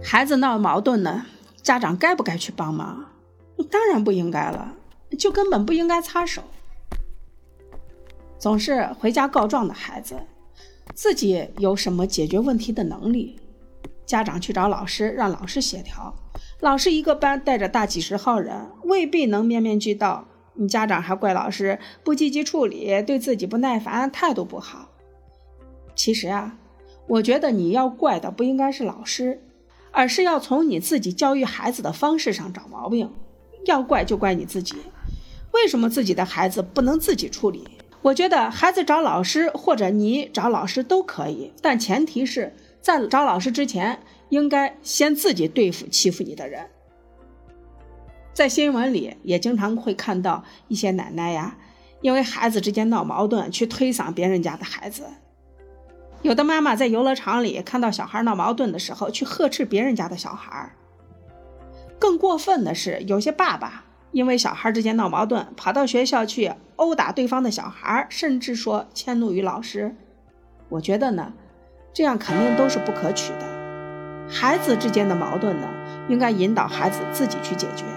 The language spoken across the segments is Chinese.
孩子闹矛盾呢，家长该不该去帮忙？当然不应该了，就根本不应该插手。总是回家告状的孩子，自己有什么解决问题的能力？家长去找老师，让老师协调，老师一个班带着大几十号人，未必能面面俱到。你家长还怪老师不积极处理，对自己不耐烦，态度不好。其实啊，我觉得你要怪的不应该是老师，而是要从你自己教育孩子的方式上找毛病。要怪就怪你自己，为什么自己的孩子不能自己处理？我觉得孩子找老师或者你找老师都可以，但前提是在找老师之前，应该先自己对付欺负你的人。在新闻里也经常会看到一些奶奶呀，因为孩子之间闹矛盾去推搡别人家的孩子。有的妈妈在游乐场里看到小孩闹矛盾的时候，去呵斥别人家的小孩。更过分的是，有些爸爸因为小孩之间闹矛盾，跑到学校去殴打对方的小孩，甚至说迁怒于老师。我觉得呢，这样肯定都是不可取的。孩子之间的矛盾呢，应该引导孩子自己去解决。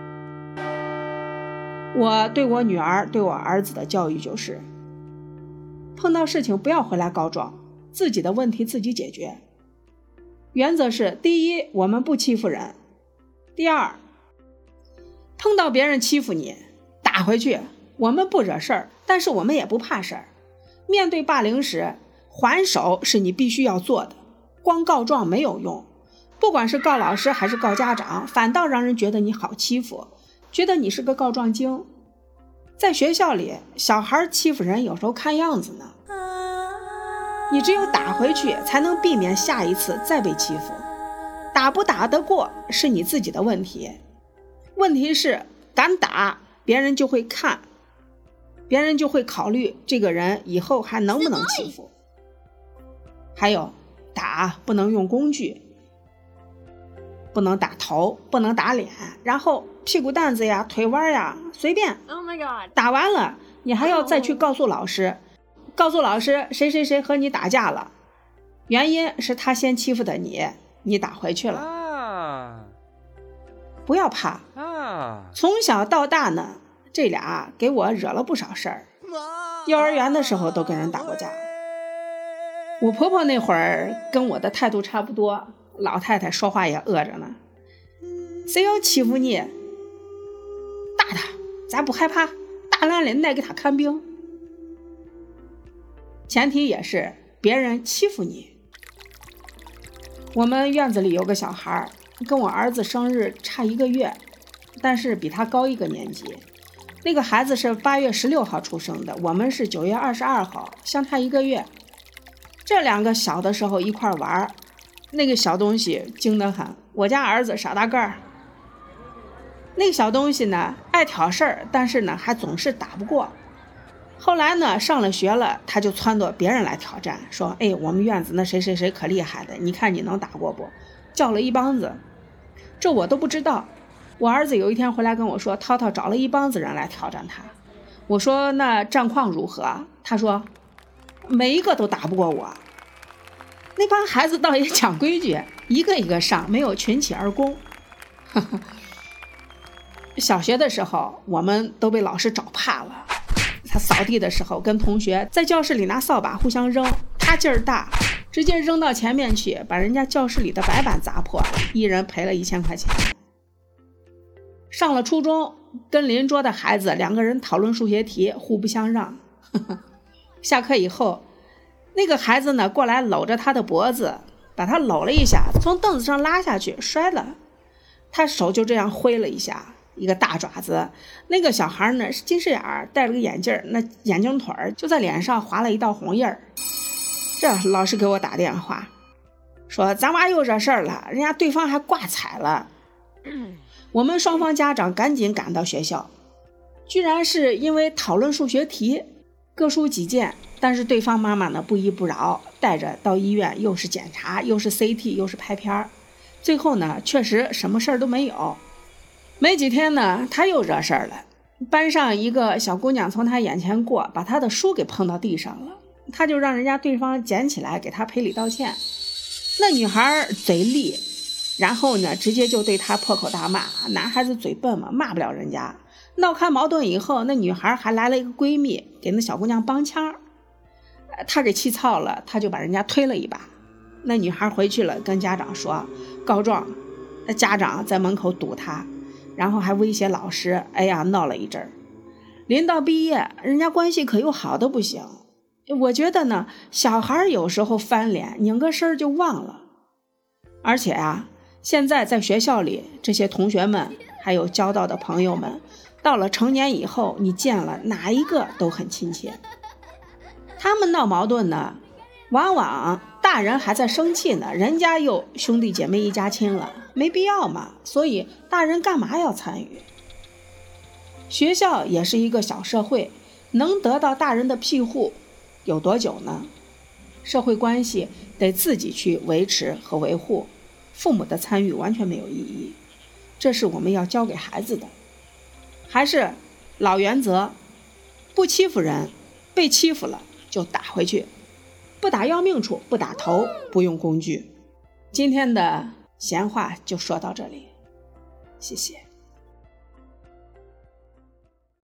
我对我女儿对我儿子的教育就是，碰到事情不要回来告状，自己的问题自己解决。原则是：第一，我们不欺负人；第二，碰到别人欺负你，打回去。我们不惹事儿，但是我们也不怕事儿。面对霸凌时，还手是你必须要做的，光告状没有用。不管是告老师还是告家长，反倒让人觉得你好欺负，觉得你是个告状精。在学校里，小孩欺负人有时候看样子呢，你只有打回去才能避免下一次再被欺负。打不打得过是你自己的问题，问题是敢打，别人就会看，别人就会考虑这个人以后还能不能欺负。还有，打不能用工具，不能打头，不能打脸，然后屁股蛋子呀、腿弯呀，随便。 Oh my god！ 打完了，你还要再去告诉老师，告诉老师谁谁谁和你打架了，原因是他先欺负的你，你打回去了。不要怕，从小到大呢，这俩给我惹了不少事儿。幼儿园的时候都跟人打过架。我婆婆那会儿跟我的态度差不多，老太太说话也恶着呢。谁要欺负你，打他，咱不害怕，打烂了再给他看病。前提也是别人欺负你。我们院子里有个小孩，跟我儿子生日差1个月，但是比他高1个年级。那个孩子是8月16号出生的，我们是9月22号，相差1个月。这2个小的时候一块玩，那个小东西精得很。我家儿子傻大个儿，那个小东西呢爱挑事儿，但是呢还总是打不过。后来呢上了学了，他就撺掇别人来挑战，说我们院子那谁谁谁可厉害的，你看你能打过不？叫了一帮子，这我都不知道。我儿子有一天回来跟我说，涛涛找了一帮子人来挑战他。我说那战况如何？他说每一个都打不过我。那帮孩子倒也讲规矩，一个一个上，没有群起而攻。小学的时候我们都被老师找怕了，他扫地的时候跟同学在教室里拿扫把互相扔，他劲儿大，直接扔到前面去，把人家教室里的白板砸破了，一人赔了1000块钱。上了初中，跟邻桌的孩子2个人讨论数学题，互不相让。下课以后，那个孩子呢过来搂着他的脖子，把他搂了一下，从凳子上拉下去摔了，他手就这样挥了一下，一个大爪子。那个小孩呢是近视眼，戴了个眼镜，那眼镜腿就在脸上划了一道红印儿。这老师给我打电话说咱娃又惹事儿了，人家对方还挂彩了。我们双方家长赶紧赶到学校，居然是因为讨论数学题，各抒己见，但是对方妈妈呢不依不饶，带着到医院，又是检查又是 CT 又是拍片，最后呢确实什么事儿都没有。没几天呢他又惹事儿了，班上一个小姑娘从他眼前过，把他的书给碰到地上了，他就让人家对方捡起来给他赔礼道歉。那女孩嘴利， 然后呢，直接就对他破口大骂。男孩子嘴笨嘛，骂不了人家。闹开矛盾以后，那女孩还来了一个闺蜜给那小姑娘帮腔，她给气操了，她就把人家推了一把。那女孩回去了，跟家长说告状，家长在门口堵她，然后还威胁老师，哎呀，闹了一阵儿。临到毕业，人家关系可又好的不行。我觉得呢，小孩有时候翻脸拧个身就忘了。而且啊，现在在学校里，这些同学们还有交到的朋友们，到了成年以后，你见了哪一个都很亲切。他们闹矛盾呢，往往大人还在生气呢，人家又兄弟姐妹一家亲了，没必要嘛。所以大人干嘛要参与？学校也是一个小社会，能得到大人的庇护有多久呢？社会关系得自己去维持和维护，父母的参与完全没有意义，这是我们要教给孩子的。还是老原则，不欺负人，被欺负了就打回去，不打要命处，不打头，不用工具。今天的闲话就说到这里，谢谢。